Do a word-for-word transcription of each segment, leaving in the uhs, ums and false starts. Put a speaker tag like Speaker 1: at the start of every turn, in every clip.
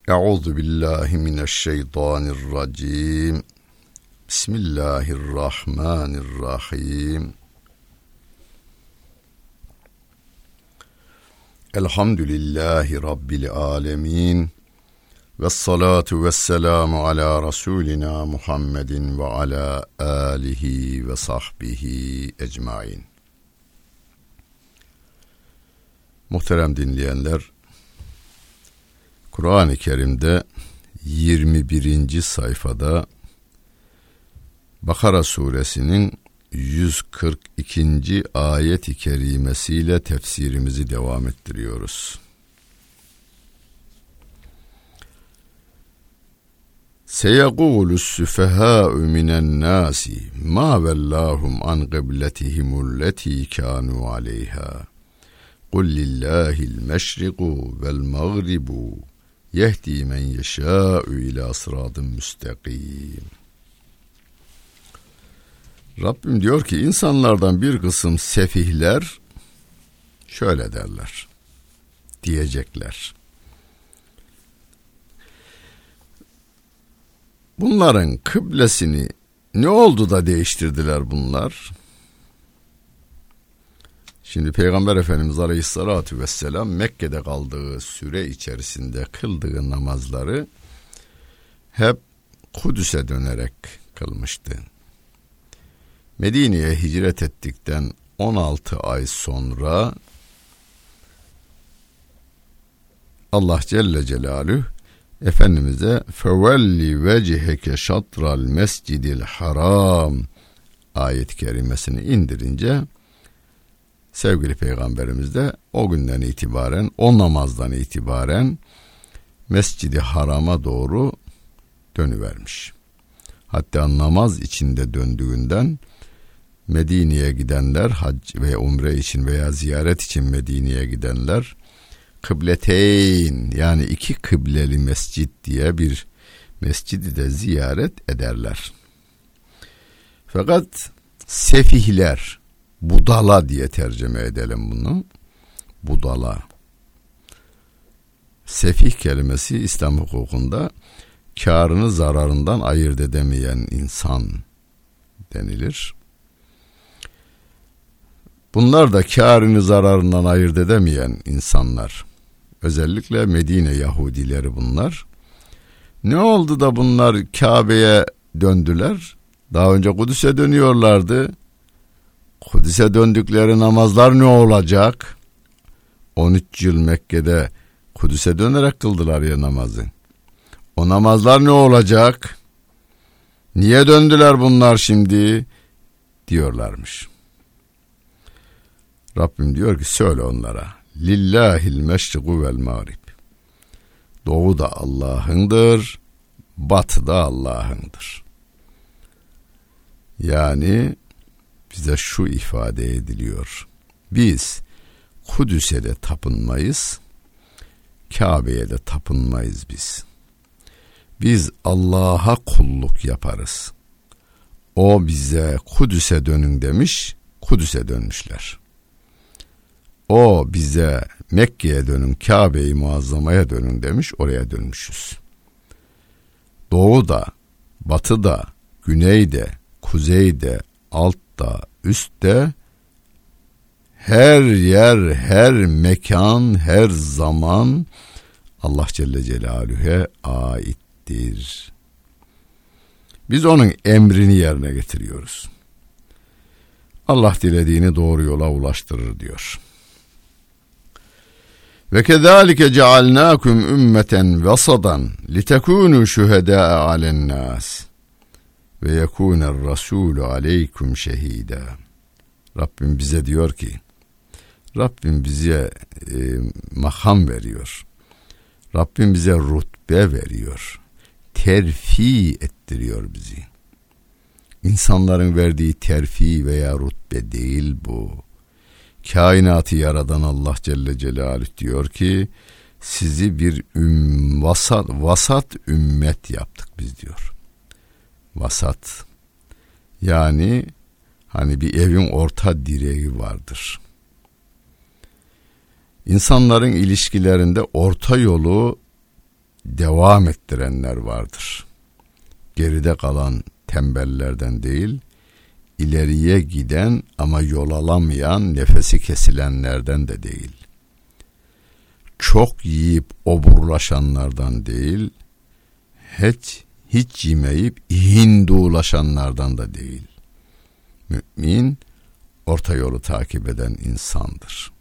Speaker 1: Euzu billahi mineşşeytanirracim. Bismillahirrahmanirrahim. Elhamdülillahi Rabbil alemin. Vessalatu vesselamu ala Resulina Muhammedin ve ala alihi ve sahbihi ecmain. Muhterem dinleyenler, Kur'an-ı Kerim'de yirmi birinci sayfada Bakara suresinin yüz kırk ikinci ayet-i kerimesiyle tefsirimizi devam ettiriyoruz. Seyegûlus süfehâ'u minen nâsi mâ vellâhum an kıbletihimulletî kânû aleyhâ. Kul lillâhil meşriku vel mağribu yehdi men yeşâ'u ilâ sıratın müstakîm. Rabbim diyor ki insanlardan bir kısım sefihler şöyle derler, diyecekler. Bunların kıblesini ne oldu da değiştirdiler bunlar? Şimdi Peygamber Efendimiz Aleyhisselatü Vesselam Mekke'de kaldığı süre içerisinde kıldığı namazları hep Kudüs'e dönerek kılmıştı. Medine'ye hicret ettikten on altı ay sonra Allah Celle Celaluhu Efendimiz'e fevelli veciheke şatral mescidil haram ayet-i kerimesini indirince sevgili Peygamberimiz de o günden itibaren, o namazdan itibaren Mescid-i Haram'a doğru dönüvermiş. Hatta namaz içinde döndüğünden Medine'ye gidenler, hac ve umre için veya ziyaret için Medine'ye gidenler, kıbleteyn yani iki kıbleli mescit diye bir mescidi de ziyaret ederler. Fakat sefihler, budala diye tercüme edelim bunu. Budala. Sefih kelimesi İslam hukukunda kârını zararından ayırt edemeyen insan denilir. Bunlar da kârını zararından ayırt edemeyen insanlar. Özellikle Medine Yahudileri bunlar. Ne oldu da bunlar Kabe'ye döndüler? Daha önce Kudüs'e dönüyorlardı. Kudüs'e döndükleri namazlar ne olacak? on üç yıl Mekke'de Kudüs'e dönerek kıldılar ya namazı. O namazlar ne olacak? Niye döndüler bunlar şimdi? Diyorlarmış. Rabbim diyor ki söyle onlara. Lillahil meşriku vel mağrib. Doğu da Allah'ındır, batı da Allah'ındır. Yani bize şu ifade ediliyor. Biz Kudüs'e de tapınmayız, Kabe'ye de tapınmayız biz. Biz Allah'a kulluk yaparız. O bize Kudüs'e dönün demiş, Kudüs'e dönmüşler. O bize Mekke'ye dönün, Kabe-i Muazzama'ya dönün demiş, oraya dönmüşüz. Doğuda, batıda, güneyde, kuzeyde, altta, üstte, her yer, her mekan, her zaman Allah Celle Celaluhu'ya aittir. Biz onun emrini yerine getiriyoruz. Allah dilediğini doğru yola ulaştırır diyor. Ve kezalike cealnakum ümmeten vesadan litekunu şuhedâ'a ale'n-nâs ve yekûner rasûlü aleykum şehîdâ. Rabbim bize diyor ki, Rabbim bize e, makam veriyor. Rabbim bize rütbe veriyor. Terfi ettiriyor bizi. İnsanların verdiği terfi veya rütbe değil bu. Kainatı yaradan Allah Celle Celaluhu diyor ki, sizi bir üm, vasat, vasat ümmet yaptık biz diyor. Vasat. Yani hani bir evin orta direği vardır. İnsanların ilişkilerinde orta yolu devam ettirenler vardır. Geride kalan tembellerden değil, ileriye giden ama yol alamayan, nefesi kesilenlerden de değil. Çok yiyip oburlaşanlardan değil, hiç hiç yemeyip hindulaşanlardan da değil. Mümin orta yolu takip eden insandır.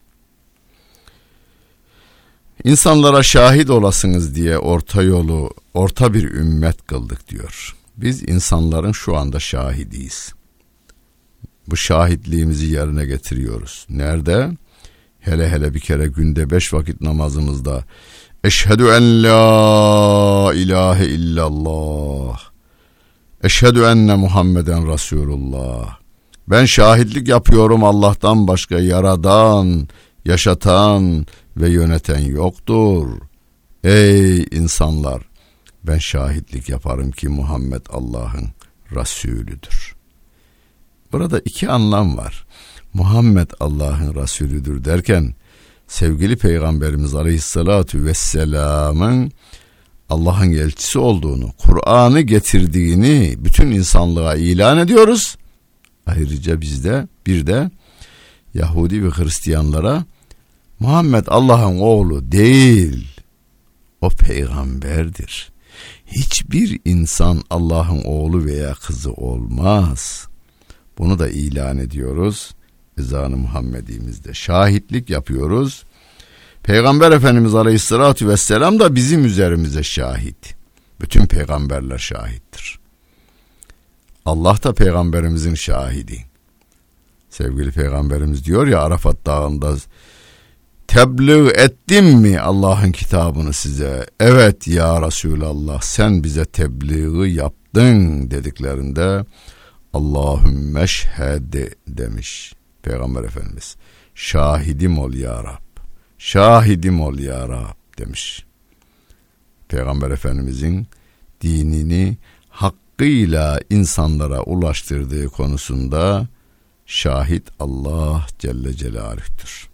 Speaker 1: İnsanlara şahit olasınız diye orta yolu, orta bir ümmet kıldık diyor. Biz insanların şu anda şahidiyiz. Bu şahitliğimizi yerine getiriyoruz. Nerede? Hele hele bir kere günde beş vakit namazımızda eşhedü en la ilahe illallah, eşhedü enne Muhammeden Resulullah. Ben şahitlik yapıyorum, Allah'tan başka yaradan, yaşatan ve yöneten yoktur. Ey insanlar, ben şahitlik yaparım ki Muhammed Allah'ın Resulüdür. Burada iki anlam var. Muhammed Allah'ın Resulüdür derken, sevgili Peygamberimiz Aleyhisselatü Vesselam'ın Allah'ın elçisi olduğunu, Kur'an'ı getirdiğini bütün insanlığa ilan ediyoruz. Ayrıca bizde bir de Yahudi ve Hristiyanlara Muhammed Allah'ın oğlu değil, o peygamberdir. Hiçbir insan Allah'ın oğlu veya kızı olmaz. Bunu da ilan ediyoruz. Ezan-ı Muhammedimizde şahitlik yapıyoruz. Peygamber Efendimiz Aleyhisselatü Vesselam da bizim üzerimize şahit. Bütün peygamberler şahittir. Allah da peygamberimizin şahidi. Sevgili peygamberimiz diyor ya Arafat Dağı'nda, tebliğ ettim mi Allah'ın kitabını size? Evet ya Resulallah, sen bize tebliği yaptın dediklerinde Allahümme şhed demiş Peygamber Efendimiz. Şahidim ol ya Rab. Şahidim ol ya Rab demiş. Peygamber Efendimizin dinini hakkıyla insanlara ulaştırdığı konusunda şahit Allah Celle Celaluh'tür.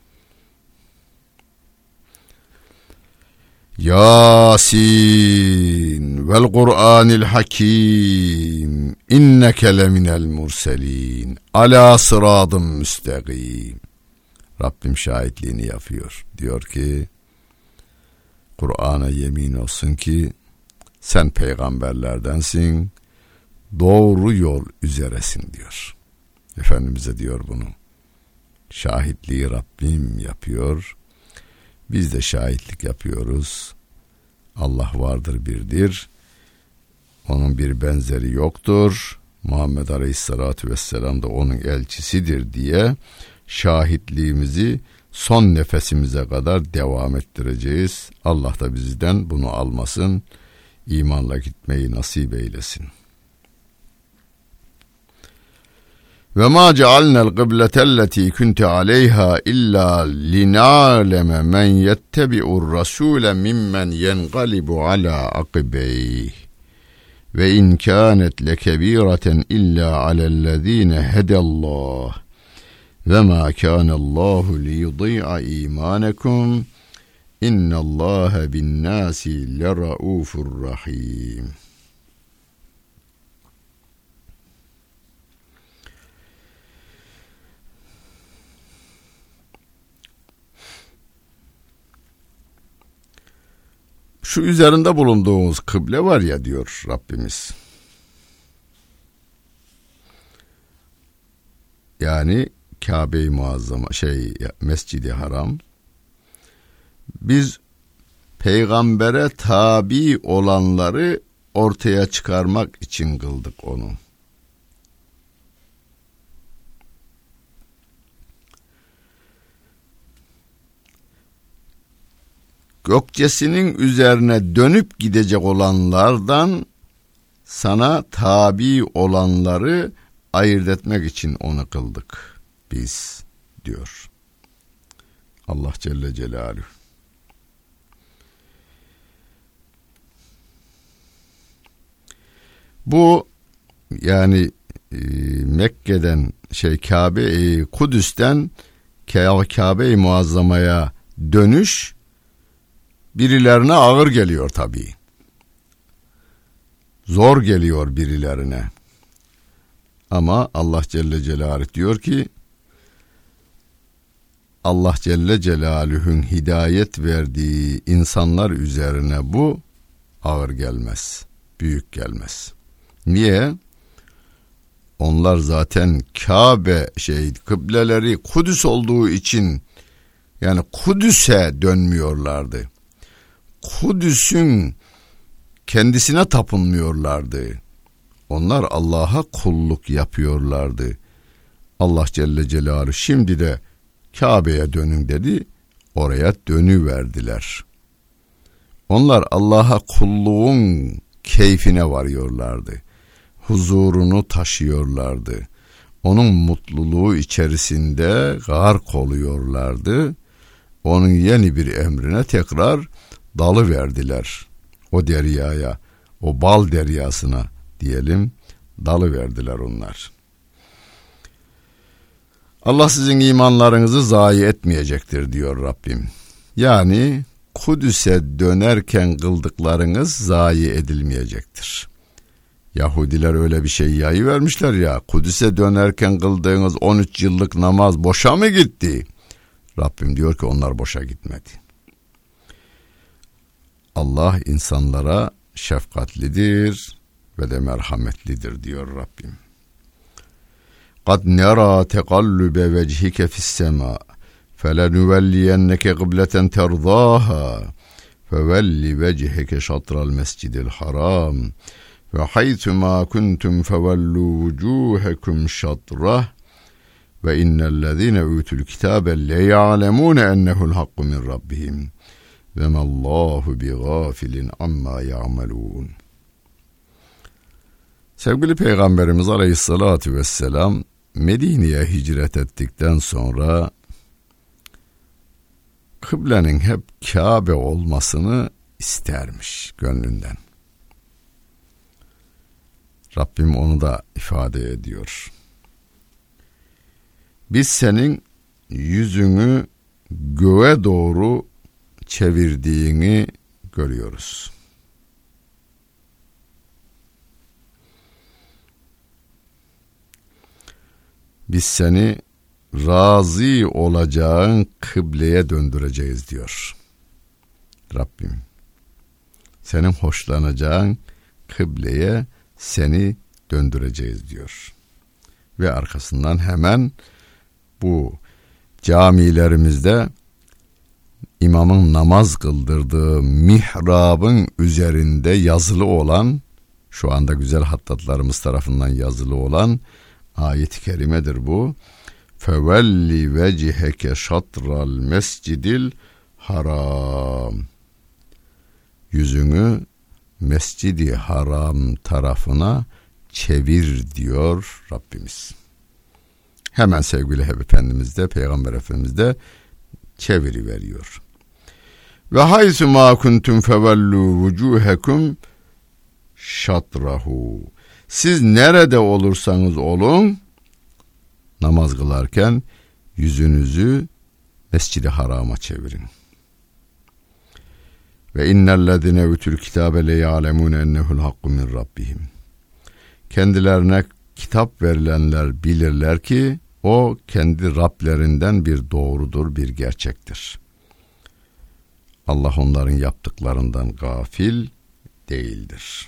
Speaker 1: Yasin vel Kur'anil Hakim inneke leminel murselin ala sıradın müstakim. Rabbim şahitliğini yapıyor. Diyor ki Kur'an'a yemin olsun ki sen peygamberlerdensin, doğru yol üzeresin diyor. Efendimiz'e diyor bunu. Şahitliği Rabbim yapıyor. Biz de şahitlik yapıyoruz. Allah vardır, birdir. Onun bir benzeri yoktur. Muhammed Aleyhisselatü Vesselam da onun elçisidir diye şahitliğimizi son nefesimize kadar devam ettireceğiz. Allah da bizden bunu almasın. İmanla gitmeyi nasip eylesin. Ve ma cealnel kıbletelleti kunte aleyha illa lina'leme men yettebi'ur rasule mimmen yenqalibu ala akibeyh. Ve in kânet lekebîreten illa alellezîne hedallah. Ve ma kânallâhu liyudî'a îmânekum. İnnallâhe binnâsi lera'ûfur rahîm. Şu üzerinde bulunduğumuz kıble var ya diyor Rabbimiz. Yani Kabe-i Muazzama, şey Mescid-i Haram. Biz peygambere tabi olanları ortaya çıkarmak için kıldık onu. Gökçesinin üzerine dönüp gidecek olanlardan sana tabi olanları ayırt etmek için onu kıldık biz diyor Allah Celle Celaluhu. Bu yani e, Mekke'den şey Kabe, e, Kudüs'ten Kabe-i Muazzama'ya dönüş birilerine ağır geliyor tabii. Zor geliyor birilerine. Ama Allah Celle Celaluhu diyor ki, Allah Celle Celaluhu'nun hidayet verdiği insanlar üzerine bu ağır gelmez, büyük gelmez. Niye? Onlar zaten Kabe şey kıbleleri Kudüs olduğu için, yani Kudüs'e dönmüyorlardı. Kudüs'ün kendisine tapınmıyorlardı. Onlar Allah'a kulluk yapıyorlardı. Allah Celle Celaluhu şimdi de Kabe'ye dönün dedi, oraya dönüverdiler. Onlar Allah'a kulluğun keyfine varıyorlardı. Huzurunu taşıyorlardı. Onun mutluluğu içerisinde gark oluyorlardı. Onun yeni bir emrine tekrar dalıverdiler. O deryaya, o bal deryasına diyelim, dalıverdiler onlar. Allah sizin imanlarınızı zayi etmeyecektir diyor Rabbim. Yani Kudüs'e dönerken kıldıklarınız zayi edilmeyecektir. Yahudiler öyle bir şey yayıvermişler ya, Kudüs'e dönerken kıldığınız on üç yıllık namaz boşa mı gitti? Rabbim diyor ki onlar boşa gitmedi. Allah insanlara şefkatlidir ve de merhametlidir diyor Rabbim. قَدْ نَرَى تَقَلُّبَ وَجْهِكَ فِي السَّمَاءِ فَلَنُوَلِّيَنَّكَ قِبْلَةً تَرْضَاهَا فَوَلِّ وَجْهَكَ شَطْرَ الْمَسْجِدِ الْحَرَامِ وَحَيْثُ مَا كُنْتُمْ فَوَلُّوا وُجُوهَكُمْ شَطْرَهُ وَإِنَّ الَّذِينَ أُوتُوا الْكِتَابَ لَيَعْلَمُونَ أَنَّهُ الْحَقُّ مِنْ رَبِّهِمْ وَمَا اللّٰهُ بِغَافِلٍ عَمَّا يَعْمَلُونَ. Sevgili Peygamberimiz Aleyhisselatü Vesselam Medine'ye hicret ettikten sonra kıblenin hep Kabe olmasını istermiş gönlünden. Rabbim onu da ifade ediyor. Biz senin yüzünü göğe doğru çevirdiğini görüyoruz. Biz seni razı olacağın kıbleye döndüreceğiz diyor Rabbim. Senin hoşlanacağın kıbleye seni döndüreceğiz diyor. Ve arkasından hemen bu camilerimizde imamın namaz kıldırdığı mihrabın üzerinde yazılı olan, şu anda güzel hattatlarımız tarafından yazılı olan ayet-i kerimedir bu. Fevelli veciheke şatral mescidil haram. Yüzünü Mescid-i Haram tarafına çevir diyor Rabbimiz. Hemen sevgili Efendimiz de, Peygamber Efendimiz de çeviri veriyor. Ve haysu ma kuntum fevellu vucuhakum şatrahu. Siz nerede olursanız olun, namaz kılarken yüzünüzü Mescid-i Haram'a çevirin. Ve innellezine utul kitabe le ya'lemun ennehu'l hakku min rabbihim. Kendilerine kitap verilenler bilirler ki o kendi Rablerinden bir doğrudur, bir gerçektir. Allah onların yaptıklarından gafil değildir.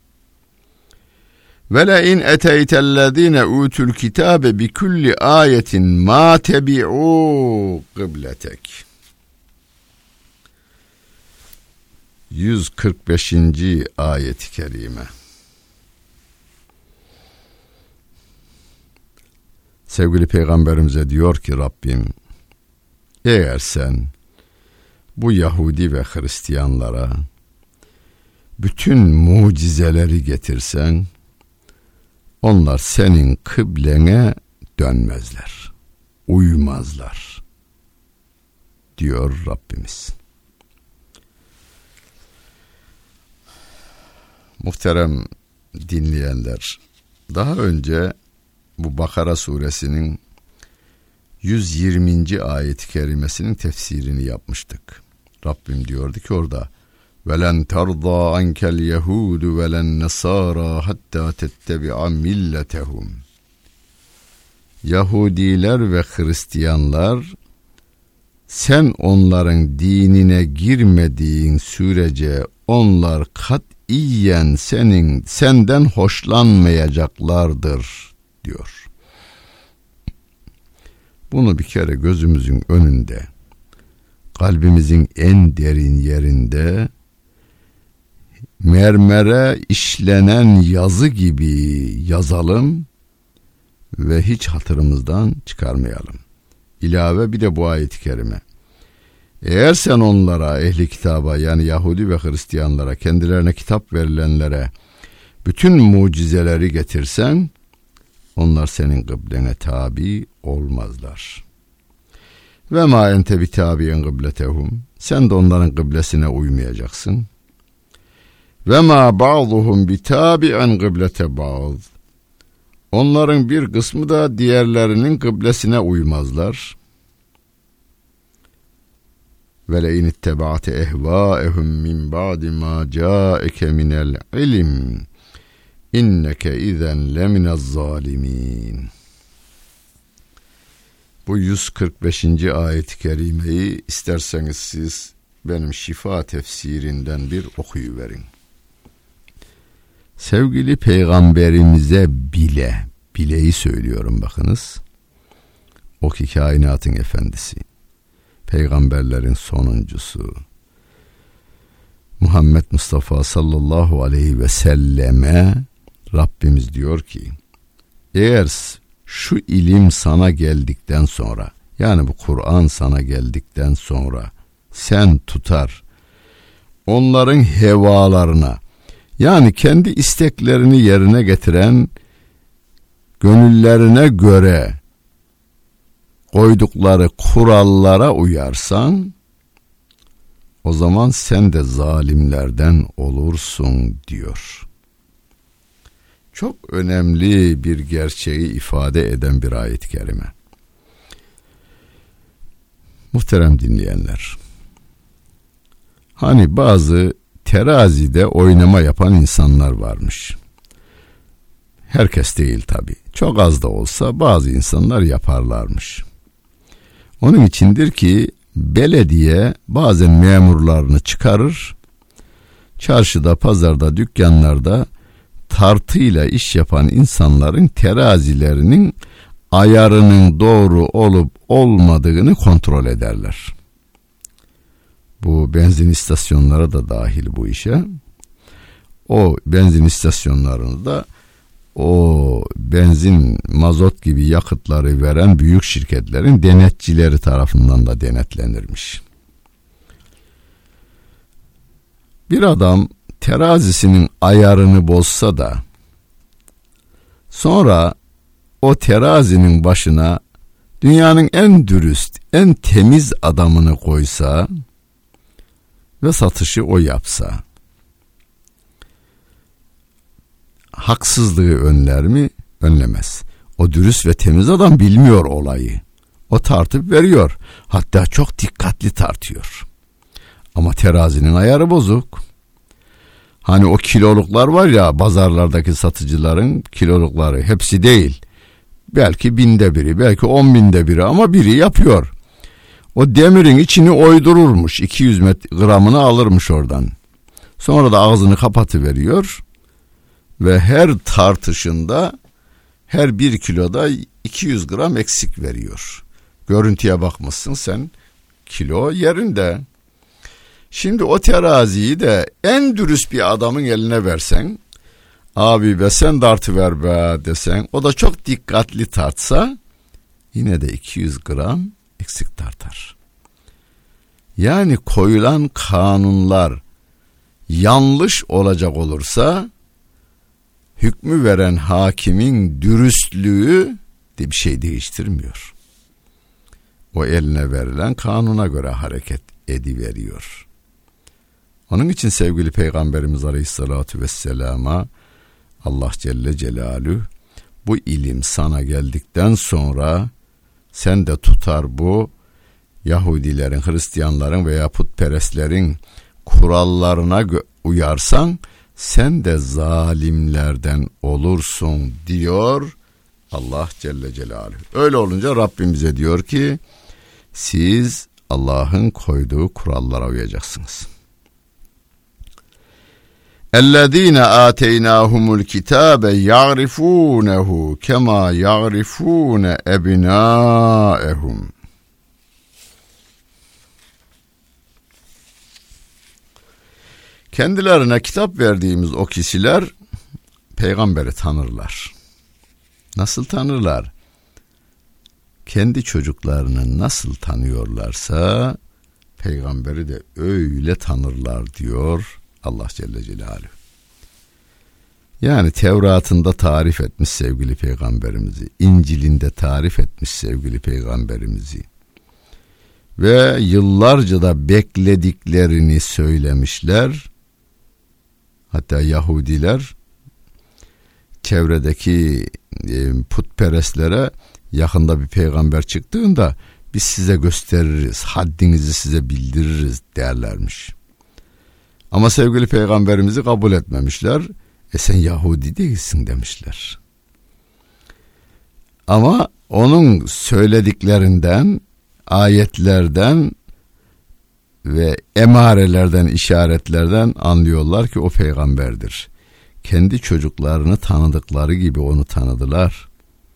Speaker 1: Ve la in eteytellezine utul kitabe bi kulli ayetin ma tebi'u kıbletek. yüz kırk beşinci ayet-i kerime. Sevgili Peygamberimize diyor ki Rabbim, eğer sen bu Yahudi ve Hristiyanlara bütün mucizeleri getirsen, onlar senin kıblene dönmezler, uymazlar diyor Rabbimiz. Muhterem dinleyenler, daha önce bu Bakara suresinin yüz yirminci ayet-i kerimesinin tefsirini yapmıştık. Rabbim diyordu ki orada velen terda ankel yehudu velen nesara hatta tettebi'a milletehum. Yahudiler ve Hristiyanlar sen onların dinine girmediğin sürece onlar katiyen senin senden hoşlanmayacaklardır diyor. Bunu bir kere gözümüzün önünde, kalbimizin en derin yerinde mermere işlenen yazı gibi yazalım ve hiç hatırımızdan çıkarmayalım. İlave bir de bu ayet-i kerime. Eğer sen onlara, ehli kitaba yani Yahudi ve Hristiyanlara, kendilerine kitap verilenlere bütün mucizeleri getirsen, onlar senin kıblene tabi olmazlar. Ve ma ente bi tabi'in kıbletehum. Sen de onların kıblesine uymayacaksın. Ve ma ba'duhum bi tabi'in kıblete ba'd. Onların bir kısmı da diğerlerinin kıblesine uymazlar. Ve le in ittaba'te ehva'ehum min ba'di ma ca'eke minel ilim inneke izen leminez zalimin. Bu yüz kırk beşinci ayet-i kerimeyi isterseniz siz benim şifa tefsirinden bir okuyuverin. Sevgili peygamberimize bile, bileyi söylüyorum bakınız. O ki kainatın efendisi, peygamberlerin sonuncusu, Muhammed Mustafa sallallahu aleyhi ve selleme Rabbimiz diyor ki, eğer şu ilim sana geldikten sonra, yani bu Kur'an sana geldikten sonra sen tutar onların hevalarına, yani kendi isteklerini yerine getiren, gönüllerine göre koydukları kurallara uyarsan, o zaman sen de zalimlerden olursun diyor. Çok önemli bir gerçeği ifade eden bir ayet-i kerime. Muhterem dinleyenler, hani bazı terazide oynama yapan insanlar varmış. Herkes değil tabii. Çok az da olsa bazı insanlar yaparlarmış. Onun içindir ki belediye bazen memurlarını çıkarır, çarşıda, pazarda, dükkanlarda tartıyla iş yapan insanların terazilerinin ayarının doğru olup olmadığını kontrol ederler. Bu benzin istasyonları da dahil bu işe. O benzin istasyonlarında o benzin, mazot gibi yakıtları veren büyük şirketlerin denetçileri tarafından da denetlenirmiş. Bir adam terazisinin ayarını bozsa da sonra o terazinin başına dünyanın en dürüst, en temiz adamını koysa ve satışı o yapsa, haksızlığı önler mi? Önlemez. O dürüst ve temiz adam bilmiyor olayı. O tartıp veriyor. Hatta çok dikkatli tartıyor. Ama terazinin ayarı bozuk. Hani o kiloluklar var ya, pazarlardaki satıcıların kilolukları, hepsi değil. Belki binde biri, belki on binde biri, ama biri yapıyor. O demirin içini oydururmuş. iki yüz gramını alırmış oradan. Sonra da ağzını kapatıveriyor. Ve her tartışında her bir kiloda iki yüz gram eksik veriyor. Görüntüye bakmışsın sen, kilo yerinde. Şimdi o teraziyi de en dürüst bir adamın eline versen, abi be sen tartıver be desen, o da çok dikkatli tartsa yine de iki yüz gram eksik tartar. Yani koyulan kanunlar yanlış olacak olursa hükmü veren hakimin dürüstlüğü de bir şey değiştirmiyor. O eline verilen kanuna göre hareket ediveriyor. Onun için sevgili Peygamberimiz Aleyhisselatü Vesselam'a Allah Celle Celaluhu bu ilim sana geldikten sonra sen de tutar bu Yahudilerin, Hristiyanların veya putperestlerin kurallarına uyarsan sen de zalimlerden olursun diyor Allah Celle Celaluhu. Öyle olunca Rabbim bize diyor ki siz Allah'ın koyduğu kurallara uyacaksınız. اَلَّذ۪ينَ آتَيْنَاهُمُ الْكِتَابَ يَعْرِفُونَهُ كَمَا يَعْرِفُونَ اَبْنَاءَهُمْ. Kendilerine kitap verdiğimiz o kişiler peygamberi tanırlar. Nasıl tanırlar? Kendi çocuklarını nasıl tanıyorlarsa peygamberi de öyle tanırlar diyor Allah Celle Celaluhu. Yani Tevrat'ında tarif etmiş sevgili peygamberimizi, İncil'inde tarif etmiş sevgili peygamberimizi ve yıllarca da beklediklerini söylemişler. Hatta Yahudiler çevredeki e, putperestlere yakında bir peygamber çıktığında biz size gösteririz, haddinizi size bildiririz derlermiş. Ama sevgili peygamberimizi kabul etmemişler. E sen Yahudi değilsin demişler. Ama onun söylediklerinden, ayetlerden ve emarelerden, işaretlerden anlıyorlar ki o peygamberdir. Kendi çocuklarını tanıdıkları gibi onu tanıdılar.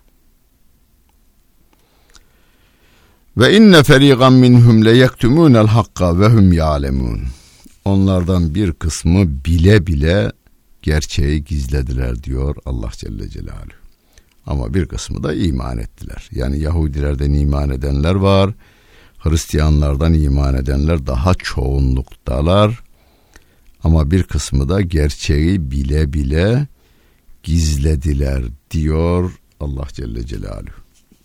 Speaker 1: Ve inne feriqan minhum le yektumunel hakka ve hum ya'lemun. Onlardan bir kısmı bile bile gerçeği gizlediler diyor Allah Celle Celaluhu. Ama bir kısmı da iman ettiler. Yani Yahudilerden iman edenler var. Hristiyanlardan iman edenler daha çoğunluktalar. Ama bir kısmı da gerçeği bile bile gizlediler diyor Allah Celle Celaluhu.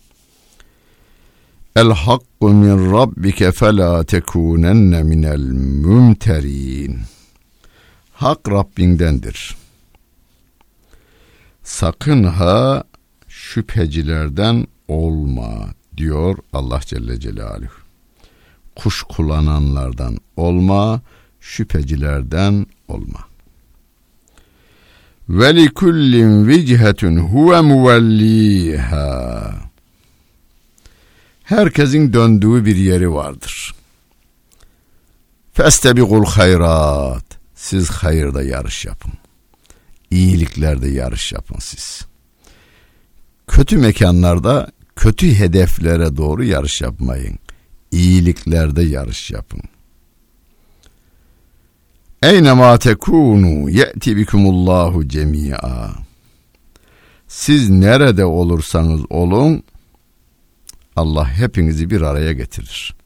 Speaker 1: El hakku min rabbike felâ tekûnenne minel mümterîn. Hak Rabbindendir. Sakın ha şüphecilerden olma diyor Allah Celle Celaluhu. Kuş kullananlardan olma, şüphecilerden olma. Ve likullin vichetun huve muvelliha. Herkesin döndüğü bir yeri vardır. Festebiqul hayrat. Siz hayırda yarış yapın. İyiliklerde yarış yapın siz. Kötü mekanlarda, kötü hedeflere doğru yarış yapmayın. İyiliklerde yarış yapın. Eynemâ tekûnû ye'ti bikumullahu cemî'a. Siz nerede olursanız olun, Allah hepinizi bir araya getirir.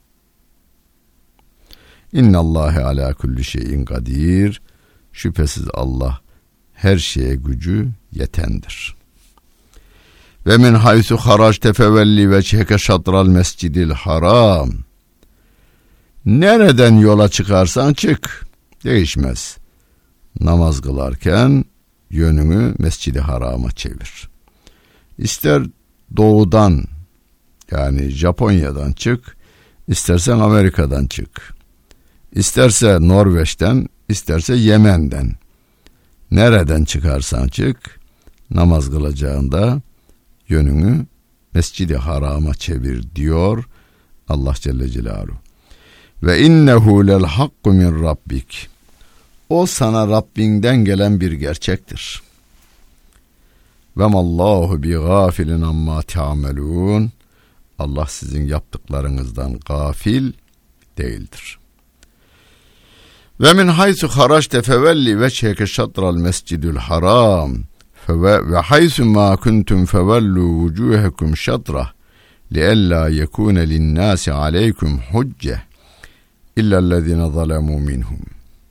Speaker 1: İnnallâhe alâ kulli şeyin kadir. Şüphesiz Allah her şeye gücü yetendir. Ve min haysu haraçte fevelli veçheke şatral mescidil haram. Nereden yola çıkarsan çık, değişmez. Namaz kılarken yönünü Mescid-i Haram'a çevir. İster doğudan, yani Japonya'dan çık, istersen Amerika'dan çık. İsterse Norveç'ten, isterse Yemen'den. Nereden çıkarsan çık, namaz kılacağında yönünü Mescid-i Haram'a çevir diyor Allah Celle Celaluhu. Ve innehu lel hakku min rabbik. O sana Rabbinden gelen bir gerçektir. Ve mallahu bi gafilin amma ta'melun. Allah sizin yaptıklarınızdan gafil değildir. Ve min haysu haraçte fevelli veçheke şatral mescidül haram ve haysu ma kuntum fevellu vucuhekum şatrah liella yekune linnâsi aleykum hucce illellezine zalemû minhum.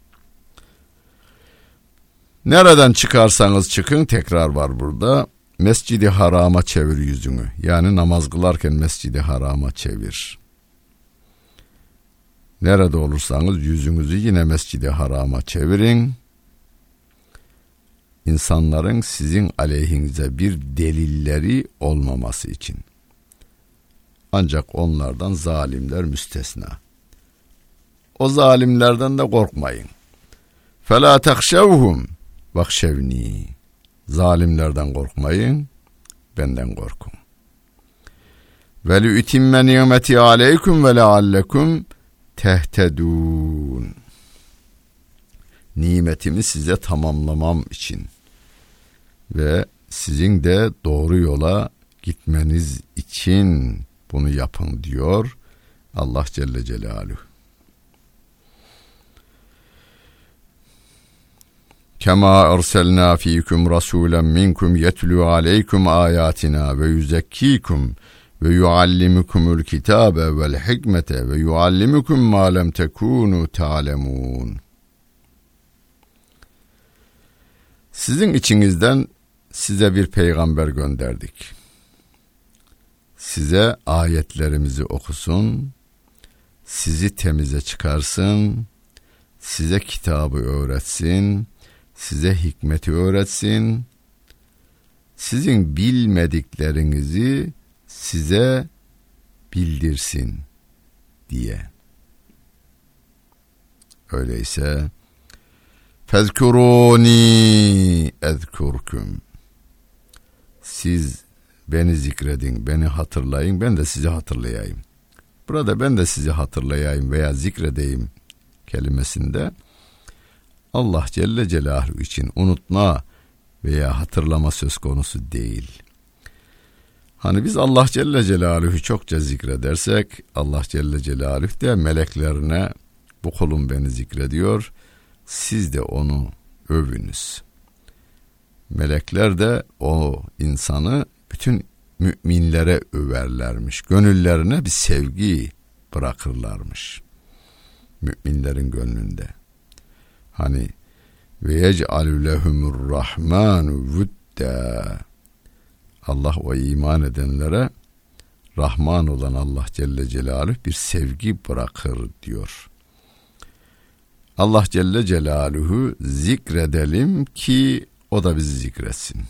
Speaker 1: Nereden çıkarsanız çıkın, tekrar var burada. Mescid-i Haram'a çevir yüzünü. Yani namaz kılarken Mescid-i Haram'a çevir. Nerede olursanız yüzünüzü yine Mescid-i Haram'a çevirin. İnsanların sizin aleyhinize bir delilleri olmaması için. Ancak onlardan zalimler müstesna. O zalimlerden de korkmayın. فَلَا تَخْشَوْهُمْ وَخْشَوْنِي. Zalimlerden korkmayın, benden korkun. وَلِيُتِمَّ نِعْمَتِي عَلَيْكُمْ وَلَعَلَّكُمْ تَهْتَدُونَ. Nimetimi size tamamlamam için ve sizin de doğru yola gitmeniz için bunu yapın diyor Allah Celle Celaluhu. Kema erselna fiikum rasulen minkum yetlu aleykum ayatina ve yuzekkikum ve yuallimukumul kitabe vel hikmete ve yuallimukum ma lem tekunu ta'lemun. Sizin içinizden size bir peygamber gönderdik. Size ayetlerimizi okusun, sizi temize çıkarsın, size kitabı öğretsin, size hikmeti öğretsin, sizin bilmediklerinizi size bildirsin diye. Öyleyse fezkuruni ezkurkum. Siz beni zikredin, beni hatırlayın, ben de sizi hatırlayayım. Burada ben de sizi hatırlayayım veya zikredeyim kelimesinde Allah Celle Celaluhu için unutma veya hatırlama söz konusu değil. Hani biz Allah Celle Celaluhu çokça zikredersek Allah Celle Celaluhu de meleklerine bu kulum beni zikrediyor, siz de onu övünüz. Melekler de o insanı bütün müminlere överlermiş. Gönüllerine bir sevgi bırakırlarmış. Müminlerin gönlünde. Hani ve yec'alü lehumur rahmanu vudda. Allah o iman edenlere Rahman olan Allah Celle Celaluhu bir sevgi bırakır diyor. Allah Celle Celaluhu zikredelim ki o da bizi zikretsin.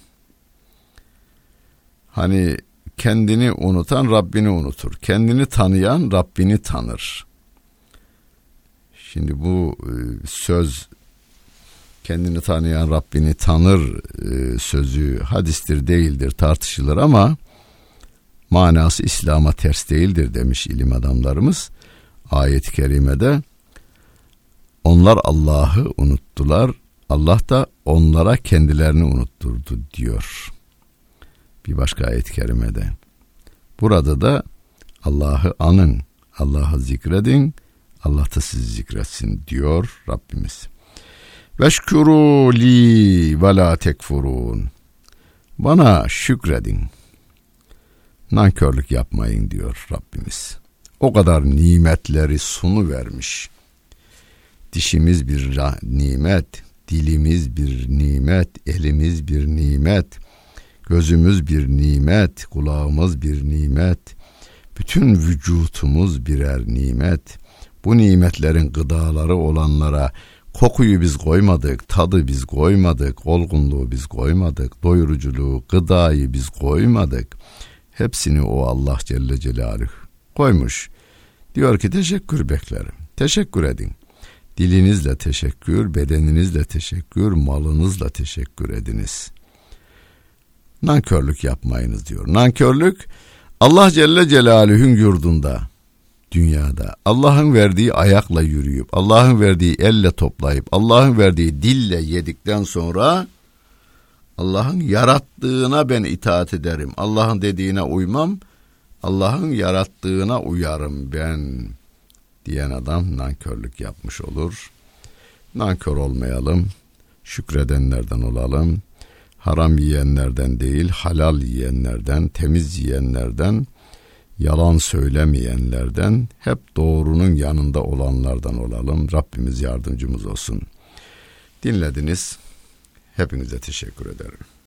Speaker 1: Hani kendini unutan Rabbini unutur. Kendini tanıyan Rabbini tanır. Şimdi bu söz kendini tanıyan Rabbini tanır sözü hadistir değildir tartışılır ama manası İslam'a ters değildir demiş ilim adamlarımız. Ayet-i kerimede onlar Allah'ı unuttular, Allah da onlara kendilerini unutturdu diyor. Bir başka ayet-i kerimede. Burada da Allah'ı anın, Allah'ı zikredin, Allah da sizi zikretsin diyor Rabbimiz. Veşkuru li ve la tekfurun. Bana şükredin. Nankörlük yapmayın diyor Rabbimiz. O kadar nimetleri sunu vermiş. Dişimiz bir nimet, dilimiz bir nimet, elimiz bir nimet, gözümüz bir nimet, kulağımız bir nimet, bütün vücutumuz birer nimet. Bu nimetlerin gıdaları olanlara kokuyu biz koymadık, tadı biz koymadık, olgunluğu biz koymadık, doyuruculuğu, gıdayı biz koymadık. Hepsini o Allah Celle Celaluhu koymuş. Diyor ki teşekkür beklerim, teşekkür edin. Dilinizle teşekkür, bedeninizle teşekkür, malınızla teşekkür ediniz. Nankörlük yapmayınız diyor. Nankörlük Allah Celle Celaluhu'nun yurdunda, dünyada Allah'ın verdiği ayakla yürüyüp, Allah'ın verdiği elle toplayıp, Allah'ın verdiği dille yedikten sonra Allah'ın yarattığına ben itaat ederim. Allah'ın dediğine uymam, Allah'ın yarattığına uyarım ben diyen adam nankörlük yapmış olur. Nankör olmayalım, şükredenlerden olalım. Haram yiyenlerden değil, halal yiyenlerden, temiz yiyenlerden, yalan söylemeyenlerden, hep doğrunun yanında olanlardan olalım. Rabbimiz yardımcımız olsun. Dinlediniz. Hepinize teşekkür ederim.